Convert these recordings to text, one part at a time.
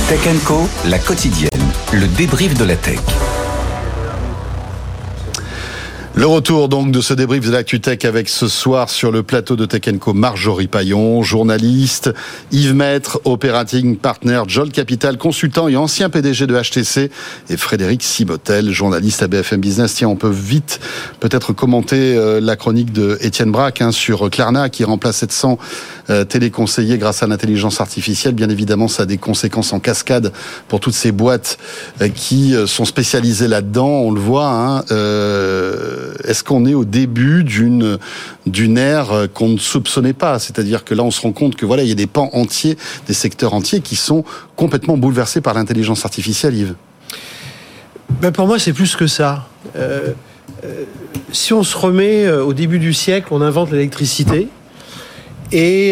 Tech & Co, la quotidienne, le débrief de la tech. Le retour donc de ce débrief de l'actu tech avec ce soir sur le plateau de Tech & Co Marjorie Paillon, journaliste, Yves Maître, operating partner, Jolt Capital, consultant et ancien PDG de HTC, et Frédéric Simotel, journaliste à BFM Business. Tiens, on peut vite peut-être commenter la chronique de Étienne Braque sur Klarna qui remplace 700 téléconseillers grâce à l'intelligence artificielle. Bien évidemment, ça a des conséquences en cascade pour toutes ces boîtes qui sont spécialisées là-dedans. On le voit, est-ce qu'on est au début d'une ère qu'on ne soupçonnait pas? C'est-à-dire que là, on se rend compte que voilà, il y a des pans entiers, des secteurs entiers qui sont complètement bouleversés par l'intelligence artificielle, Yves. Pour moi, c'est plus que ça. Si on se remet au début du siècle, on invente l'électricité et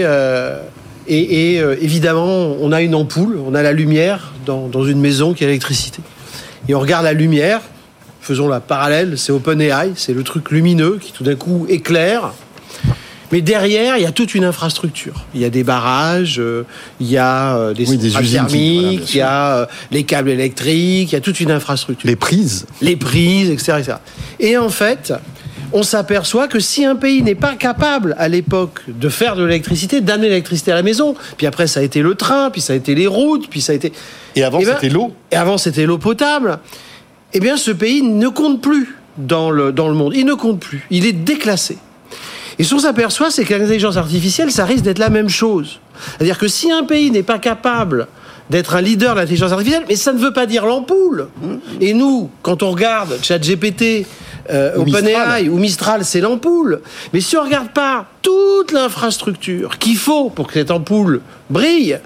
évidemment, on a une ampoule, on a la lumière dans une maison qui a l'électricité. Et on regarde la lumière. Faisons la parallèle, c'est OpenAI, c'est le truc lumineux qui tout d'un coup éclaire. Mais derrière, il y a toute une infrastructure. Il y a des barrages, il y a des centrales thermiques, il y a les câbles électriques, il y a toute une infrastructure. Les prises, etc., etc. Et en fait, on s'aperçoit que si un pays n'est pas capable, à l'époque, de faire de l'électricité, d'amener l'électricité à la maison, puis après ça a été le train, puis ça a été les routes, puis ça a été... Et avant, c'était l'eau. Et avant, c'était l'eau potable. Eh bien, ce pays ne compte plus dans le monde. Il ne compte plus. Il est déclassé. Et ce qu'on s'aperçoit, c'est que l'intelligence artificielle, ça risque d'être la même chose. C'est-à-dire que si un pays n'est pas capable d'être un leader de l'intelligence artificielle, mais ça ne veut pas dire l'ampoule. Et nous, quand on regarde ChatGPT, OpenAI ou Mistral, c'est l'ampoule. Mais si on ne regarde pas toute l'infrastructure qu'il faut pour que cette ampoule brille,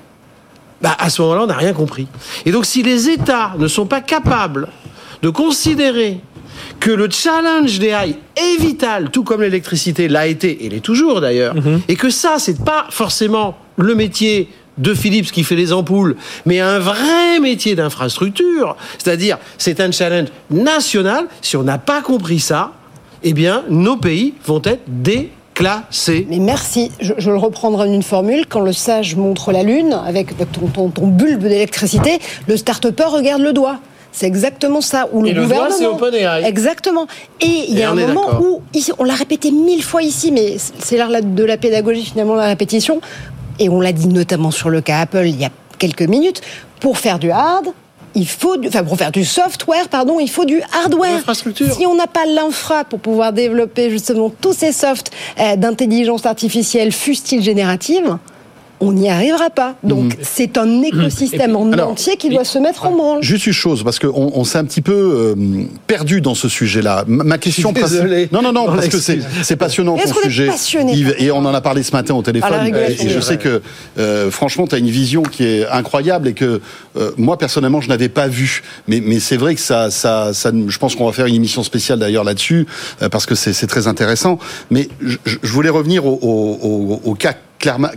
à ce moment-là, on n'a rien compris. Et donc, si les États ne sont pas capables de considérer que le challenge des AI est vital, tout comme l'électricité l'a été, et l'est toujours d'ailleurs, et que ça, c'est pas forcément le métier de Philips qui fait les ampoules, mais un vrai métier d'infrastructure, c'est-à-dire c'est un challenge national. Si on n'a pas compris ça, eh bien, nos pays vont être déclassés. Mais merci, je le reprendrai en une formule. Quand le sage montre la lune avec ton bulbe d'électricité, le start-upper regarde le doigt. C'est exactement ça. Où le gouvernement, doigt, c'est OpenAI. Exactement. Et il y a un moment où, ici, on l'a répété 1000 fois ici, mais c'est l'art de la pédagogie, finalement, la répétition. Et on l'a dit notamment sur le cas Apple il y a quelques minutes. Pour faire du pour faire du software, il faut du hardware. Si on n'a pas l'infra pour pouvoir développer justement tous ces softs d'intelligence artificielle, fussent-ils génératives, on n'y arrivera pas. Donc, c'est un écosystème entier qui doit se mettre en branle. Juste une chose, parce qu'on s'est un petit peu perdu dans ce sujet-là. Ma question... Non, parce que c'est passionnant ton sujet, Yves, et on en a parlé ce matin au téléphone. Et je sais que, franchement, tu as une vision qui est incroyable et que moi, personnellement, je n'avais pas vue. Mais c'est vrai que ça, je pense qu'on va faire une émission spéciale d'ailleurs là-dessus, parce que c'est très intéressant. Mais je voulais revenir au cas Klarna,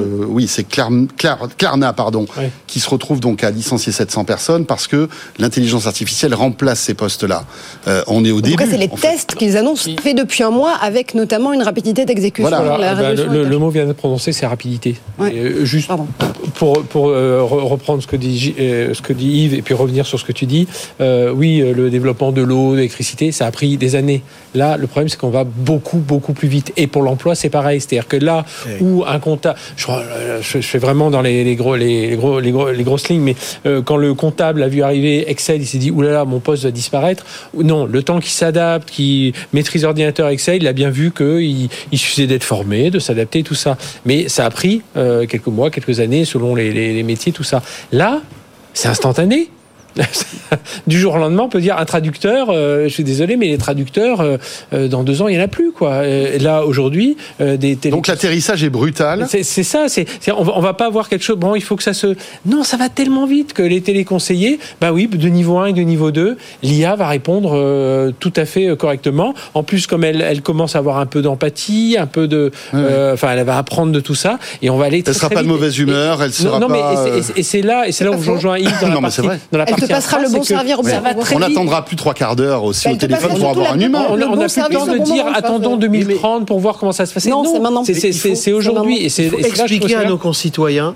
qui se retrouve donc à licencier 700 personnes parce que l'intelligence artificielle remplace ces postes-là. On est au début. En tout cas, c'est les tests qu'ils annoncent faits depuis un mois avec notamment une rapidité d'exécution. Le mot vient d'être prononcé, c'est rapidité. Juste pour reprendre ce que dit Yves et puis revenir sur ce que tu dis. Le développement de l'eau, de l'électricité, ça a pris des années. Là, le problème, c'est qu'on va beaucoup plus vite. Et pour l'emploi, c'est pareil. C'est-à-dire que là où un comptable, je fais vraiment dans les grosses lignes, mais quand le comptable a vu arriver Excel, il s'est dit oulala, mon poste va disparaître. Non, le temps qu'il s'adapte, qu'il maîtrise l'ordinateur Excel, il a bien vu qu'il suffisait d'être formé, de s'adapter, tout ça. Mais ça a pris quelques mois, quelques années, selon les métiers, tout ça. Là, c'est instantané. Du jour au lendemain, on peut dire un traducteur, je suis désolé, mais les traducteurs, dans 2 ans, il n'y en a plus, quoi. Là, aujourd'hui, Donc l'atterrissage est brutal. C'est ça, on va pas avoir quelque chose, bon, il faut que ça se... Non, ça va tellement vite que les téléconseillers, de niveau 1 et de niveau 2, l'IA va répondre tout à fait correctement. En plus, comme elle commence à avoir un peu d'empathie, un peu de... elle va apprendre de tout ça, et on va aller très, elle sera très pas vite. de mauvaise humeur, elle sera pas... Mais c'est là où je rejoins Yves dans la partie... Elle te passera le bon servir. On n'attendra plus 3 quarts d'heure aussi au téléphone pour avoir un humain. On n'a plus le temps de dire attendons 2030 pour voir comment ça se passe. Non, c'est aujourd'hui. Il faut expliquer à nos concitoyens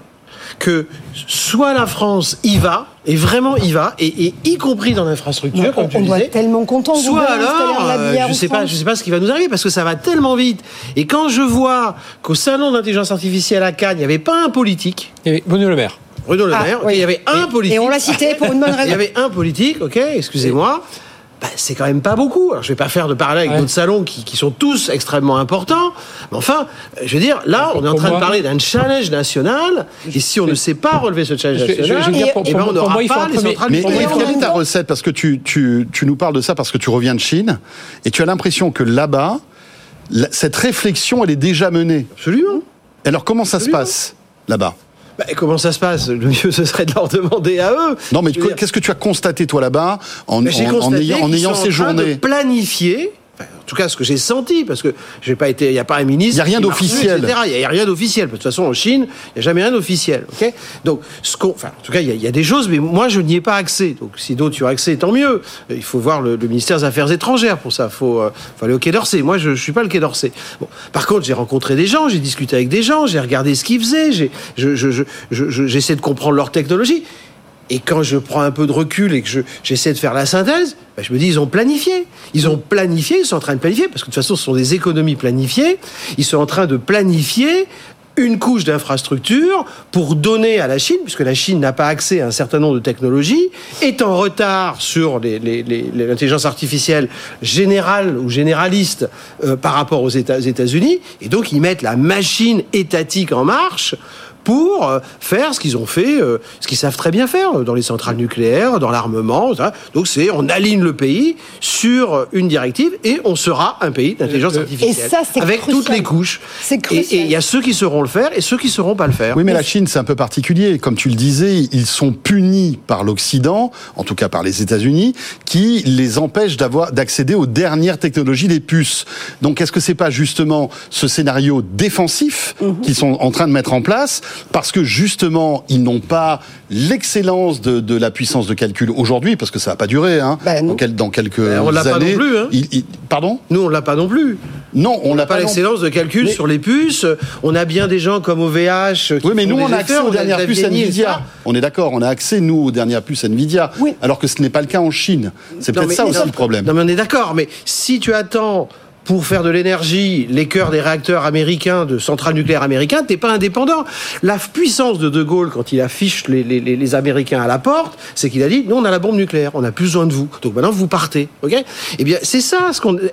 que soit la France y va, et vraiment y va, et y compris dans l'infrastructure, comme tu disais. On doit être tellement content. Soit alors, je sais pas ce qui va nous arriver, parce que ça va tellement vite. Et quand je vois qu'au salon d'intelligence artificielle à Cannes, il n'y avait pas un politique. Il y avait Bruno Le Maire. Oui. Il y avait un politique. Et on l'a cité pour une bonne raison. Il y avait un politique, excusez-moi. C'est quand même pas beaucoup. Alors, je vais pas faire de parallèle avec d'autres salons qui sont tous extrêmement importants. Mais enfin, je veux dire, là, on est en train de parler d'un challenge national. Et si on ne sait pas relever ce challenge national, on n'aura pas les centrales nucléaires. Mais quelle est ta recette? Parce que tu nous parles de ça parce que tu reviens de Chine et tu as l'impression que là-bas, cette réflexion, elle est déjà menée. Absolument. Alors, comment ça se passe là-bas? Comment ça se passe? Le mieux, ce serait de leur demander à eux. Non, mais qu'est-ce que tu as constaté, toi, là-bas, en ayant ces journées? De planifier. En tout cas, ce que j'ai senti, parce que j'ai pas été, il n'y a pas un ministre. Il n'y a rien d'officiel. Il n'y a rien d'officiel. De toute façon, en Chine, il n'y a jamais rien d'officiel. Donc, en tout cas, il y a des choses, mais moi, je n'y ai pas accès. Donc, si d'autres y ont accès, tant mieux. Il faut voir le ministère des Affaires étrangères pour ça. Faut aller au Quai d'Orsay. Moi, je suis pas le Quai d'Orsay. Bon. Par contre, j'ai rencontré des gens, j'ai discuté avec des gens, j'ai regardé ce qu'ils faisaient, j'essaie de comprendre leur technologie. Et quand je prends un peu de recul et que j'essaie de faire la synthèse, je me dis, ils ont planifié. Ils sont en train de planifier, parce que de toute façon, ce sont des économies planifiées. Ils sont en train de planifier une couche d'infrastructure pour donner à la Chine, puisque la Chine n'a pas accès à un certain nombre de technologies, est en retard sur l'intelligence artificielle générale ou généraliste par rapport aux États-Unis, et donc ils mettent la machine étatique en marche pour faire ce qu'ils ont fait, ce qu'ils savent très bien faire dans les centrales nucléaires, dans l'armement. Donc on aligne le pays sur une directive et on sera un pays d'intelligence artificielle. Et ça, c'est avec crucial. Toutes les couches. C'est crucial. Et il y a ceux qui sauront le faire et ceux qui sauront pas le faire. Oui, mais la Chine, c'est un peu particulier. Comme tu le disais, ils sont punis par l'Occident, en tout cas par les États-Unis, qui les empêchent d'accéder aux dernières technologies des puces. Donc, est-ce que c'est pas justement ce scénario défensif qu'ils sont en train de mettre en place? Parce que justement, ils n'ont pas l'excellence de la puissance de calcul aujourd'hui, parce que ça va pas durer, dans quelques années. On l'a pas non plus, hein. Pardon? Nous, on l'a pas non plus. Non, on n'a pas l'excellence de calcul sur les puces. On a bien des gens comme OVH. Oui, mais nous, on a accès aux dernières puces Nvidia. On est d'accord, on a accès, nous, aux dernières puces Nvidia. Oui. Alors que ce n'est pas le cas en Chine. C'est peut-être ça aussi le problème. Non, mais on est d'accord. Mais si tu attends pour faire de l'énergie les cœurs des réacteurs américains, de centrales nucléaires américains, t'es pas indépendant. La puissance de Gaulle, quand il affiche les Américains à la porte, c'est qu'il a dit, nous, on a la bombe nucléaire, on n'a plus besoin de vous. Donc maintenant, vous partez. Eh bien, c'est ça,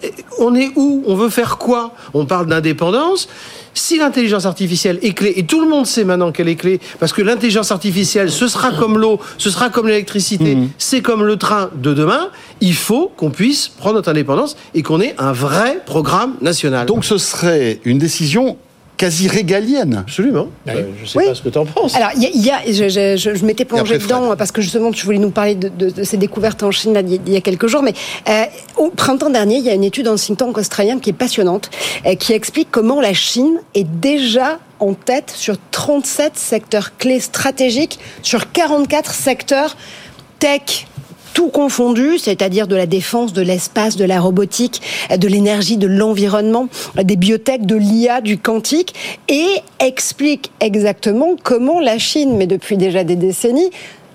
on est où? On veut faire quoi? On parle d'indépendance. Si l'intelligence artificielle est clé, et tout le monde sait maintenant qu'elle est clé, parce que l'intelligence artificielle, ce sera comme l'eau, ce sera comme l'électricité, c'est comme le train de demain, il faut qu'on puisse prendre notre indépendance et qu'on ait un vrai programme national. Donc ce serait une décision quasi régalienne. Absolument. Je ne sais pas ce que tu en penses. Alors, je m'étais plongée dedans parce que justement, tu voulais nous parler de ces découvertes en Chine il y a quelques jours. Mais au printemps dernier, il y a une étude en think tank australien qui est passionnante, qui explique comment la Chine est déjà en tête sur 37 secteurs clés stratégiques, sur 44 secteurs tech, tout confondu, c'est-à-dire de la défense, de l'espace, de la robotique, de l'énergie, de l'environnement, des biotech, de l'IA, du quantique, et explique exactement comment la Chine, mais depuis déjà des décennies,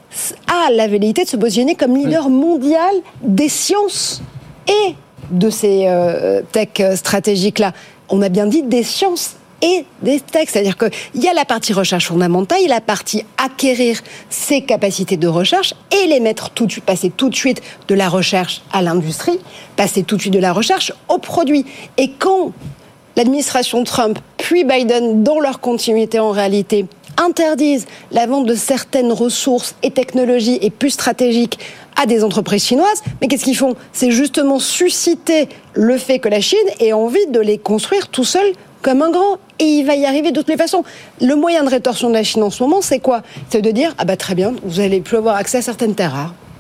a la velléité de se positionner comme leader mondial des sciences et de ces tech stratégiques-là. On a bien dit des sciences et des textes, c'est-à-dire qu'il y a la partie recherche fondamentale, il y a la partie acquérir ses capacités de recherche et les mettre tout de suite, passer tout de suite de la recherche à l'industrie, passer tout de suite de la recherche au produit. Et quand l'administration Trump puis Biden, dans leur continuité en réalité, interdisent la vente de certaines ressources et technologies et puces stratégiques à des entreprises chinoises, mais qu'est-ce qu'ils font? C'est justement susciter le fait que la Chine ait envie de les construire tout seul comme un grand, et il va y arriver de toutes les façons. Le moyen de rétorsion de la Chine en ce moment, c'est quoi? C'est de dire, très bien, vous n'allez plus avoir accès à certaines terres rares.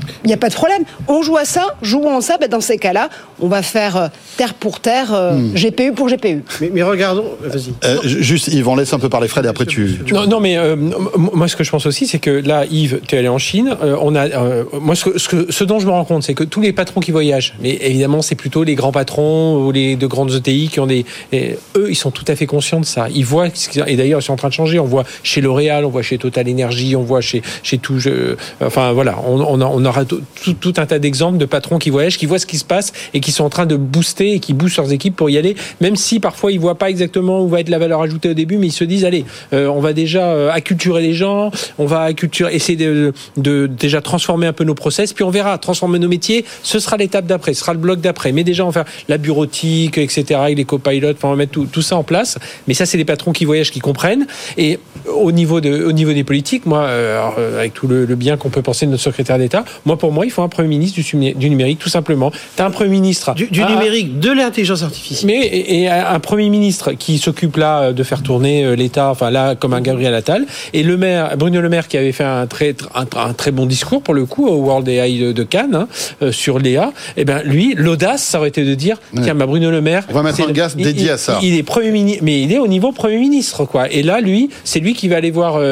Il n'y a pas de problème. On joue à ça, jouons ça. Dans ces cas-là, on va faire terre pour terre, GPU pour GPU. Mais regardons, vas-y. Juste, Yves, on laisse un peu parler Fred et après tu... Non, mais moi, ce que je pense aussi, c'est que là, Yves, tu es allé en Chine. Moi, ce dont je me rends compte, c'est que tous les patrons qui voyagent, mais évidemment, c'est plutôt les grands patrons ou les de grandes ETI qui ont eux, ils sont tout à fait conscients de ça. Ils voient, et d'ailleurs, c'est en train de changer. On voit chez L'Oréal, on voit chez Total Energy, on voit chez tout. Enfin, voilà, on aura tout un tas d'exemples de patrons qui voyagent, qui voient ce qui se passe et qui sont en train de booster et qui boostent leurs équipes pour y aller, même si parfois ils voient pas exactement où va être la valeur ajoutée au début, mais ils se disent allez, on va déjà acculturer les gens, on va essayer de déjà transformer un peu nos process, puis on verra transformer nos métiers. Ce sera l'étape d'après, ce sera le bloc d'après. Mais déjà on va faire la bureautique, etc. Avec les copilotes, on va mettre tout ça en place. Mais ça c'est les patrons qui voyagent, qui comprennent. Et au niveau des politiques, moi, avec tout le bien qu'on peut penser de notre secrétaire d'État, pour moi, il faut un Premier ministre du numérique, tout simplement. T'as un Premier ministre... Du numérique, de l'intelligence artificielle. Et un Premier ministre qui s'occupe là de faire tourner l'État, enfin là, comme un Gabriel Attal, et Bruno Le Maire qui avait fait un très bon discours, pour le coup, au World AI de Cannes, sur l'IA, et ben lui, l'audace, ça aurait été de dire, tiens, Bruno Le Maire... On va mettre un gaz dédié à ça. Il est Premier ministre, mais il est au niveau Premier ministre, quoi. Et là, c'est lui qui va aller voir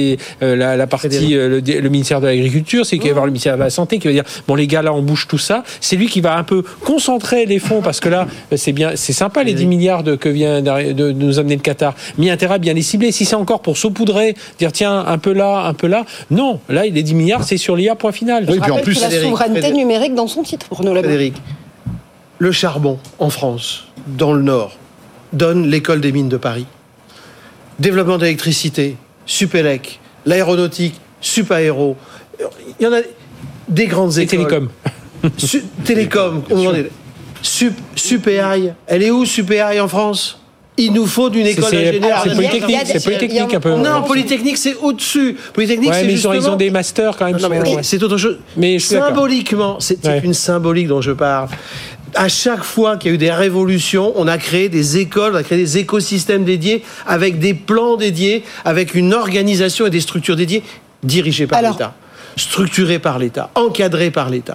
la partie, le ministère de l'Agriculture, c'est lui qui va voir le ministère de la Santé, qui va dire, bon, les gars, là, on bouge tout ça. C'est lui qui va un peu concentrer les fonds, parce que là, c'est sympa, les 10 milliards que vient de nous amener le Qatar. Mais intérêt à bien les cibler. Si c'est encore pour saupoudrer, dire, tiens, un peu là, non. Là, les 10 milliards, c'est sur l'IA, point final. Oui, puis en plus, la souveraineté numérique dans son titre, pour nous là-bas. Frédéric, le charbon, en France, dans le Nord, donne l'école des mines de Paris. Développement d'électricité, Supélec, l'aéronautique, Supaéro. Il y en a des grandes écoles. Télécom. Télécom. Supéaï. Elle est où, Supéaï, en France? Il nous faut d'une école d'ingénieurs. C'est Polytechnique un peu. Non, Polytechnique, c'est au-dessus. Polytechnique, c'est justement... ils ont des masters quand même. Non, mais c'est autre chose. Mais symboliquement, c'est une symbolique dont je parle. À chaque fois qu'il y a eu des révolutions, on a créé des écoles, on a créé des écosystèmes dédiés, avec des plans dédiés, avec une organisation et des structures dédiées, dirigées par l'État, structurées par l'État, encadrées par l'État,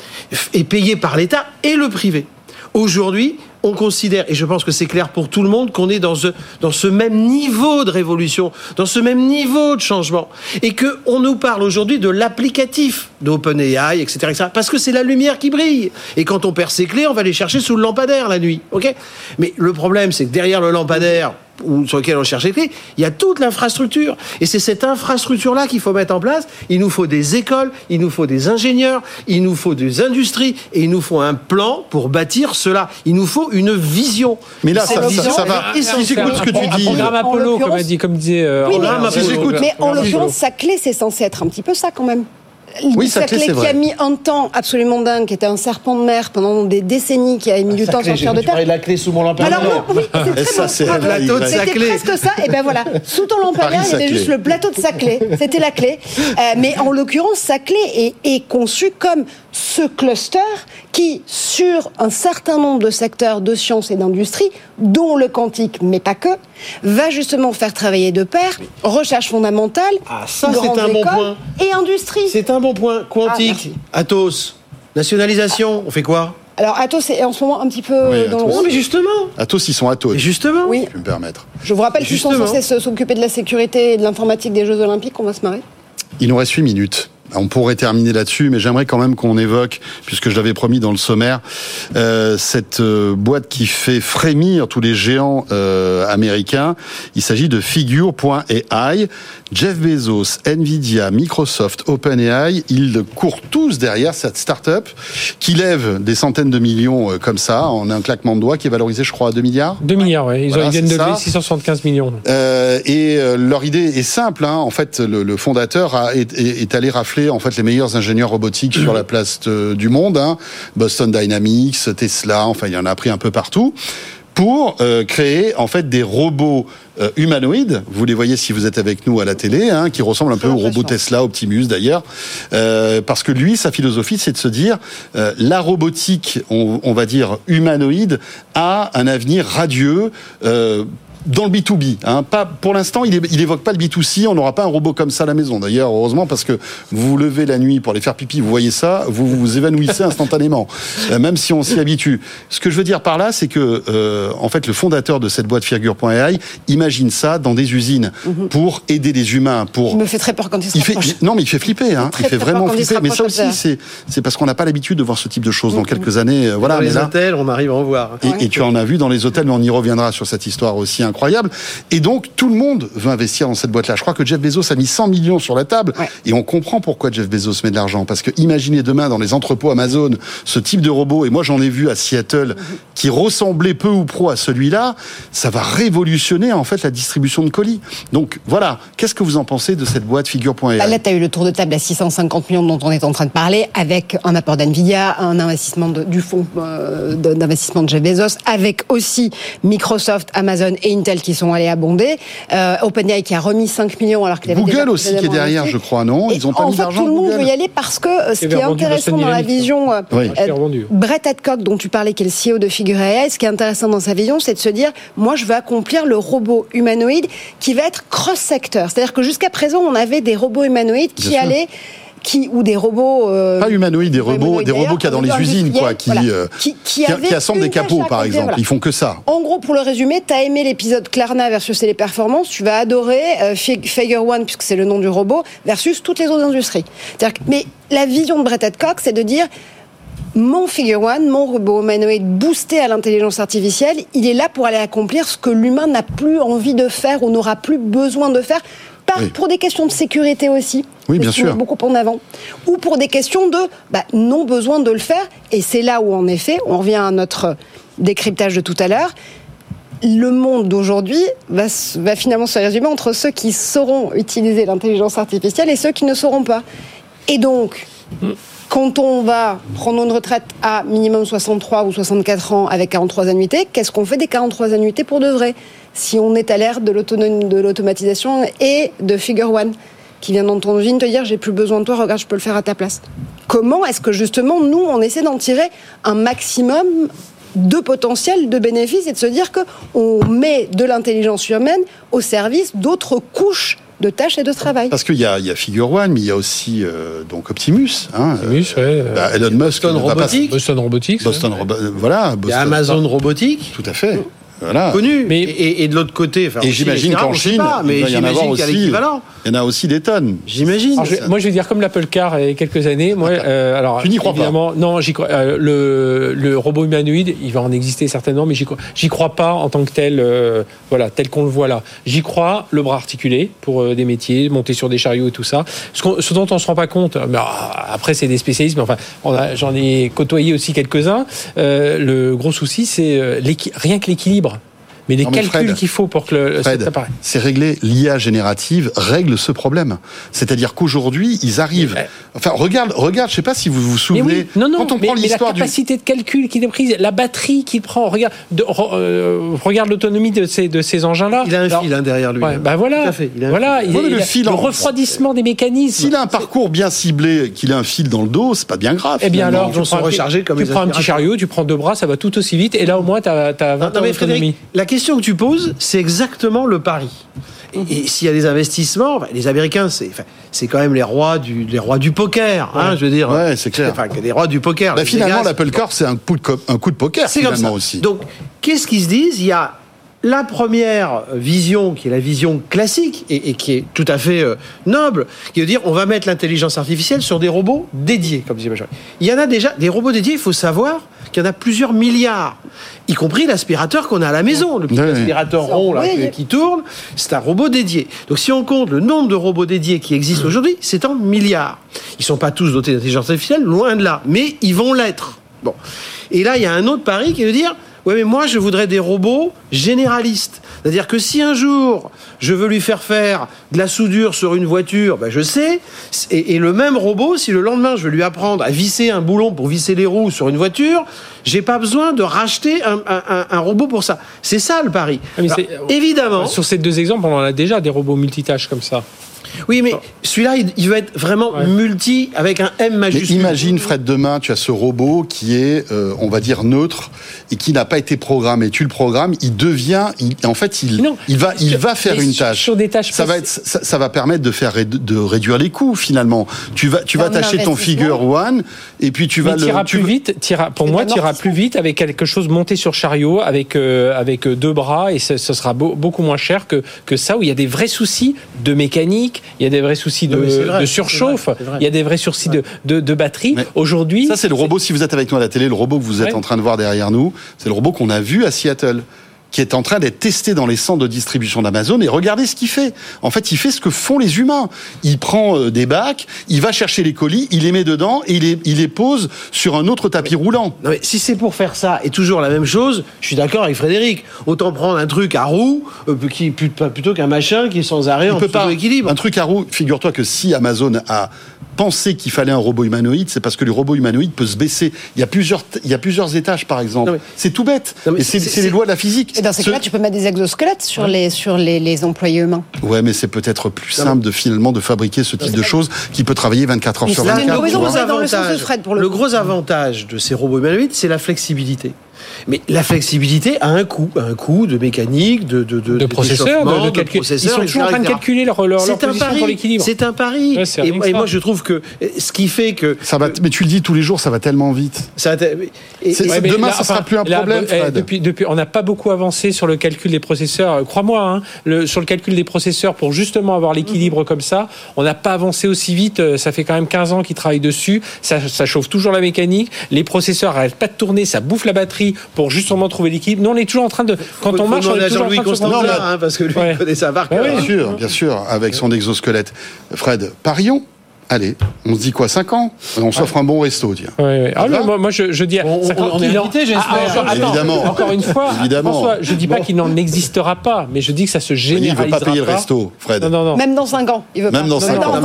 et payées par l'État et le privé. Aujourd'hui, on considère, et je pense que c'est clair pour tout le monde, qu'on est dans ce même niveau de révolution, dans ce même niveau de changement. Et qu'on nous parle aujourd'hui de l'applicatif d'OpenAI, etc., parce que c'est la lumière qui brille. Et quand on perd ses clés, on va les chercher sous le lampadaire la nuit. Okay ? Mais le problème, c'est que derrière le lampadaire, ou sur lequel on cherche les clés, il y a toute l'infrastructure. Et c'est cette infrastructure-là qu'il faut mettre en place. Il nous faut des écoles, il nous faut des ingénieurs, il nous faut des industries, et il nous faut un plan pour bâtir cela. Il nous faut une vision. Mais là, ça va. Si j'écoute ce que tu dis... Programme Apollo, comme disait... Oui, mais en l'occurrence, sa clé, c'est censé être un petit peu ça, quand même. Oui, sa clé qui a mis un temps absolument dingue, qui était un serpent de mer pendant des décennies, qui a mis du temps à sortir de terre. Tu la clé sous mon lampadaire. Alors non, oui, c'est le plateau de sa clé. C'était presque ça. Et ben voilà, sous ton lampadaire, il y avait juste le plateau de sa clé. C'était la clé. Mais en l'occurrence, sa clé est conçue comme ce cluster qui, sur un certain nombre de secteurs de sciences et d'industrie, dont le quantique, mais pas que, va justement faire travailler de pair recherche fondamentale, grandes écoles et industrie. C'est un bon point. Quantique, Atos, nationalisation, on fait quoi? Alors Atos est en ce moment un petit peu dans le... Non mais justement. Atos, ils sont Atos. Justement. Oui. Je peux me permettre. Je vous rappelle qu'ils sont censés s'occuper de la sécurité et de l'informatique des Jeux Olympiques, on va se marrer. Il nous reste 8 minutes. On pourrait terminer là-dessus, mais j'aimerais quand même qu'on évoque, puisque je l'avais promis dans le sommaire, cette boîte qui fait frémir tous les géants américains. Il s'agit de Figure.ai. Jeff Bezos, Nvidia, Microsoft, OpenAI, ils courent tous derrière cette start-up qui lève des centaines de millions comme ça, en un claquement de doigts, qui est valorisé, je crois, à 2 milliards. 2 milliards, oui. Ils viennent de lever 675 millions. Et leur idée est simple. En fait, le fondateur est allé rafler en fait les meilleurs ingénieurs robotiques sur la place du monde. Boston Dynamics, Tesla, enfin, il y en a pris un peu partout. Pour créer en fait des robots humanoïdes, vous les voyez si vous êtes avec nous à la télé, qui ressemblent un peu aux robots Tesla, Optimus d'ailleurs, parce que lui, sa philosophie, c'est de se dire la robotique, on va dire humanoïde, a un avenir radieux. dans le B2B, pas pour l'instant, il évoque pas le B2C. On n'aura pas un robot comme ça à la maison. D'ailleurs, heureusement, parce que vous vous levez la nuit pour aller faire pipi, vous voyez ça, vous vous évanouissez instantanément, même si on s'y habitue. Ce que je veux dire par là, c'est que en fait, le fondateur de cette boîte Figure.ai imagine ça dans des usines pour aider les humains. Il me fait très peur quand il se rapproche. Non, mais il fait flipper. Il fait vraiment flipper. Mais ça aussi, c'est parce qu'on n'a pas l'habitude de voir ce type de choses. Dans quelques années, voilà. Dans les hôtels, on arrive à en voir. Et tu en as vu dans les hôtels, mais on y reviendra sur cette histoire aussi incroyable. Et donc, tout le monde veut investir dans cette boîte-là. Je crois que Jeff Bezos a mis 100 millions sur la table. Ouais. Et on comprend pourquoi Jeff Bezos met de l'argent. Parce que imaginez demain, dans les entrepôts Amazon, ce type de robot, et moi j'en ai vu à Seattle, qui ressemblait peu ou prou à celui-là, ça va révolutionner en fait la distribution de colis. Donc voilà, qu'est-ce que vous en pensez de cette boîte Figure.ai ? Là, tu as eu le tour de table à 650 millions dont on est en train de parler, avec un apport d'NVIDIA, un investissement du fonds d'investissement de Jeff Bezos, avec aussi Microsoft, Amazon et Intel qui sont allés abonder. OpenAI qui a remis 5 millions alors qu'il avait Google aussi qui est derrière, je crois, non ? Ils ont pas mis d'argent. Tout le monde veut y aller parce que ce qui est intéressant dans la vision Brett Hadcock, dont tu parlais, qui est le CEO de Figure.ai, ce qui est intéressant dans sa vision, c'est de se dire, moi je veux accomplir le robot humanoïde qui va être cross-secteur. C'est-à-dire que jusqu'à présent, on avait des robots humanoïdes qui allaient... ou des robots... pas humanoïdes, des robots qu'il y a dans les usines, quoi, qui assemblent des capots, par exemple. Voilà. Ils font que ça. En gros, pour le résumer, t'as aimé l'épisode Klarna versus Téléperformance, tu vas adorer Figure One, puisque c'est le nom du robot, versus toutes les autres industries. Mais la vision de Brett Hadcock, c'est de dire... Mon Figure One, mon robot humanoïde boosté à l'intelligence artificielle, il est là pour aller accomplir ce que l'humain n'a plus envie de faire ou n'aura plus besoin de faire. Pour des questions de sécurité aussi, oui, bien sûr, beaucoup en avant, ou pour des questions de non besoin de le faire. Et c'est là où, en effet, on revient à notre décryptage de tout à l'heure. Le monde d'aujourd'hui va finalement se résumer entre ceux qui sauront utiliser l'intelligence artificielle et ceux qui ne sauront pas. Et donc, quand on va prendre une retraite à minimum 63 ou 64 ans avec 43 annuités, qu'est-ce qu'on fait des 43 annuités pour de vrai ? Si on est à l'ère de l'automatisation et de Figure One, qui vient dans ton usine te dire « j'ai plus besoin de toi, regarde, je peux le faire à ta place ». Comment est-ce que justement, nous, on essaie d'en tirer un maximum de potentiel, de bénéfices, et de se dire qu'on met de l'intelligence humaine au service d'autres couches de tâches et de travail. Parce qu'il y a Figure One, mais il y a aussi donc Optimus. Optimus, Elon Musk. Boston Robotics. Voilà. Il y a Amazon Robotique. Tout à fait. Voilà. Connu. Et de l'autre côté, et j'imagine qu'en Chine, il va y en avoir aussi. Il y en a aussi des tonnes. J'imagine. Moi, je vais dire comme l'Apple Car il y a quelques années. Moi, tu n'y crois pas ? Non, j'y crois. Le robot humanoïde, il va en exister certainement, mais j'y crois pas en tant que tel. Tel qu'on le voit là. J'y crois, le bras articulé pour des métiers, monter sur des chariots et tout ça. Ce dont on se rend pas compte. Mais après, c'est des spécialistes. Mais enfin, j'en ai côtoyé aussi quelques-uns. Le gros souci, c'est rien que l'équilibre. Mais les calculs qu'il faut pour que ça apparaisse. C'est réglé. L'IA générative règle ce problème. C'est-à-dire qu'aujourd'hui, ils arrivent. Enfin, regarde. Je sais pas si vous vous souvenez. Quand on prend l'histoire la capacité de calcul qu'il est prise, la batterie qu'il prend. Regarde l'autonomie de ces engins-là. Il a un fil derrière lui. Voilà. Tout à fait. Le refroidissement des mécanismes. S'il a un parcours bien ciblé, qu'il a un fil dans le dos, c'est pas bien grave. Eh bien alors, tu prends un petit chariot, tu prends 2 bras, ça va tout aussi vite. Et là, au moins, t'as 20 ans d'autonomie. La question que tu poses, c'est exactement le pari. Et s'il y a des investissements, les Américains, c'est quand même les rois du poker, je veux dire. Ouais, c'est clair. Les rois du poker. Finalement, l'Apple Car, c'est un coup de poker, c'est finalement comme ça. Aussi. Donc, qu'est-ce qu'ils se disent ? Il y a la première vision, qui est la vision classique, et qui est tout à fait noble, qui veut dire on va mettre l'intelligence artificielle sur des robots dédiés, comme disait Benjamin. Il y en a déjà, des robots dédiés, il faut savoir qu'il y en a plusieurs milliards, y compris l'aspirateur qu'on a à la maison, le petit aspirateur rond là, qui tourne, c'est un robot dédié. Donc si on compte le nombre de robots dédiés qui existent aujourd'hui, c'est en milliards. Ils ne sont pas tous dotés d'intelligence artificielle, loin de là, mais ils vont l'être. Bon. Et là, il y a un autre pari qui veut dire ouais, mais moi, je voudrais des robots généralistes. C'est-à-dire que si un jour, je veux lui faire de la soudure sur une voiture, je sais. Et le même robot, si le lendemain, je veux lui apprendre à visser un boulon pour visser les roues sur une voiture, j'ai pas besoin de racheter un robot pour ça. C'est ça, le pari. Alors, évidemment. Sur ces 2 exemples, on en a déjà des robots multitâches comme ça. Oui, mais celui-là, il veut être vraiment multi avec un M majuscule. Mais imagine, Fred, demain, tu as ce robot qui est, on va dire, neutre et qui n'a pas été programmé. Tu le programmes, il va faire une tâche. Sur des tâches ça va permettre de réduire les coûts, finalement. Tu vas t'acheter ton Figure One et puis tu vas plus vite. Tu iras plus vite avec quelque chose monté sur chariot, avec 2 bras, et ce sera beaucoup moins cher que ça, où il y a des vrais soucis de mécanique, il y a des vrais soucis de surchauffe, il y a des vrais soucis de batterie. Mais aujourd'hui, ça, c'est le robot, si vous êtes avec nous à la télé, le robot que vous êtes en train de voir derrière nous, c'est le robot qu'on a vu à Seattle, qui est en train d'être testé dans les centres de distribution d'Amazon, et regardez ce qu'il fait. En fait, il fait ce que font les humains. Il prend des bacs, il va chercher les colis, il les met dedans et il les pose sur un autre tapis roulant. Non mais si c'est pour faire ça et toujours la même chose, je suis d'accord avec Frédéric. Autant prendre un truc à roue plutôt qu'un machin qui est sans arrêt en équilibre. Un truc à roue, figure-toi que si Amazon a pensé qu'il fallait un robot humanoïde, c'est parce que le robot humanoïde peut se baisser. Il y a plusieurs étages, par exemple. C'est tout bête. C'est les lois de la physique. Dans ces cas-là, tu peux mettre des exosquelettes sur les employés humains. Ouais, mais c'est peut-être plus simple de fabriquer ce type de choses qui peut travailler 24 heures sur 24. Le gros avantage de ces robots humanoïdes, c'est la flexibilité. Mais la flexibilité a un coût de mécanique, de processeurs, de calcul. Ils sont toujours en train de calculer leur position sur l'équilibre. C'est un pari. Ouais, et moi, je trouve que ce qui fait que mais tu le dis tous les jours, ça va tellement vite. Demain, ça sera plus un problème. Depuis, on n'a pas beaucoup avancé sur le calcul des processeurs. Crois-moi, sur le calcul des processeurs pour justement avoir l'équilibre comme ça, on n'a pas avancé aussi vite. Ça fait quand même 15 ans qu'ils travaillent dessus. Ça chauffe toujours la mécanique. Les processeurs n'arrêtent pas de tourner, ça bouffe la batterie pour justement trouver l'équilibre. Nous, on est toujours en train de... Quand on marche, on est toujours en train de se rendre là, parce que lui, il connaît ça par cœur. Bien sûr, avec son exosquelette. Fred, parions. Allez, on se dit quoi, 5 ans? On s'offre un bon resto, tiens. Moi, je dis... On est invité, j'espère. Évidemment. Encore une fois, François, je dis pas qu'il n'en existera pas, mais je dis que ça se généralisera. Il ne veut pas payer le resto, Fred. Non. Même dans 5 ans, il veut pas. Même dans 5 ans.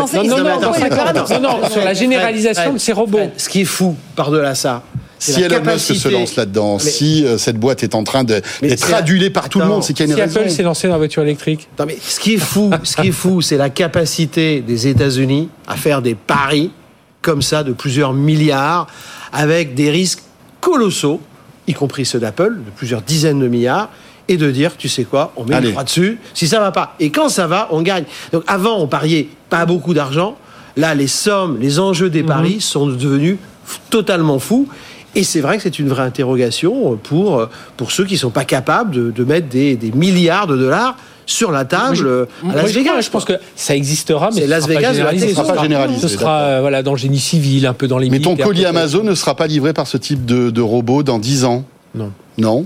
Non, sur la généralisation de ces robots. Ce qui est fou, par-delà ça, si Elon Musk se lance là-dedans, si cette boîte est en train d'être adulée par tout le monde, c'est qu'il y a une raison. Si Apple s'est lancé dans la voiture électrique. Non, mais ce qui est fou, c'est la capacité des États-Unis à faire des paris comme ça de plusieurs milliards avec des risques colossaux, y compris ceux d'Apple, de plusieurs dizaines de milliards, et de dire, tu sais quoi, on met le bras dessus, si ça va pas. Et quand ça va, on gagne. Donc avant, on pariait pas beaucoup d'argent. Là, les sommes, les enjeux des paris sont devenus totalement fous. Et c'est vrai que c'est une vraie interrogation pour ceux qui ne sont pas capables de mettre des milliards de dollars sur la table à Las Vegas. Je pense que ça existera, mais ce ne sera pas généralisé. Ce sera dans le génie civil, un peu dans les militaires. Mais ton colis Amazon ne sera pas livré par ce type de robot dans 10 ans? Non.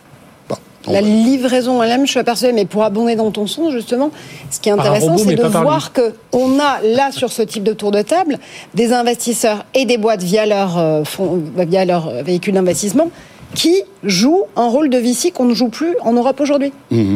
La livraison elle-même, je suis persuadée, mais pour abonder dans ton sens, justement, ce qui est intéressant, c'est de voir qu'on a là, sur ce type de tour de table, des investisseurs et des boîtes via leur véhicule d'investissement qui jouent un rôle de VC qu'on ne joue plus en Europe aujourd'hui.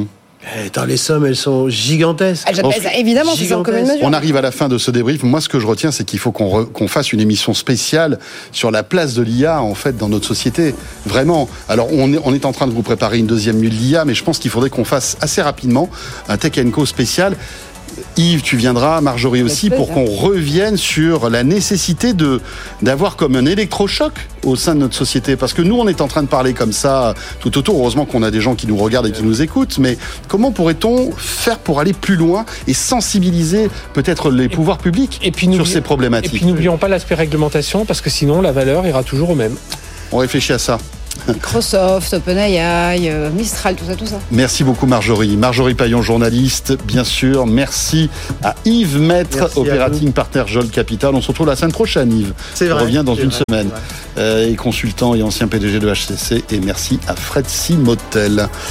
Les sommes, elles sont gigantesques. Évidemment, c'est en commune mesure. On arrive à la fin de ce débrief. Moi, ce que je retiens, c'est qu'il faut qu'on fasse une émission spéciale sur la place de l'IA, en fait, dans notre société. Vraiment. Alors, on est en train de vous préparer une deuxième nuit de l'IA, mais je pense qu'il faudrait qu'on fasse assez rapidement un Tech & Co spécial. Yves, tu viendras, Marjorie aussi, pour qu'on revienne sur la nécessité d'avoir comme un électrochoc au sein de notre société. Parce que nous, on est en train de parler comme ça tout autour. Heureusement qu'on a des gens qui nous regardent et qui nous écoutent. Mais comment pourrait-on faire pour aller plus loin et sensibiliser peut-être les pouvoirs publics sur ces problématiques? Et puis n'oublions pas l'aspect réglementation, parce que sinon, la valeur ira toujours au même. On réfléchit à ça. Microsoft, OpenAI, Mistral, tout ça. Merci beaucoup Marjorie. Marjorie Paillon, journaliste, bien sûr. Merci à Yves Maître, operating partner Jol Capital. On se retrouve la semaine prochaine, Yves. On revient dans une semaine. Et consultant et ancien PDG de HCC. Et merci à Fred Simotel.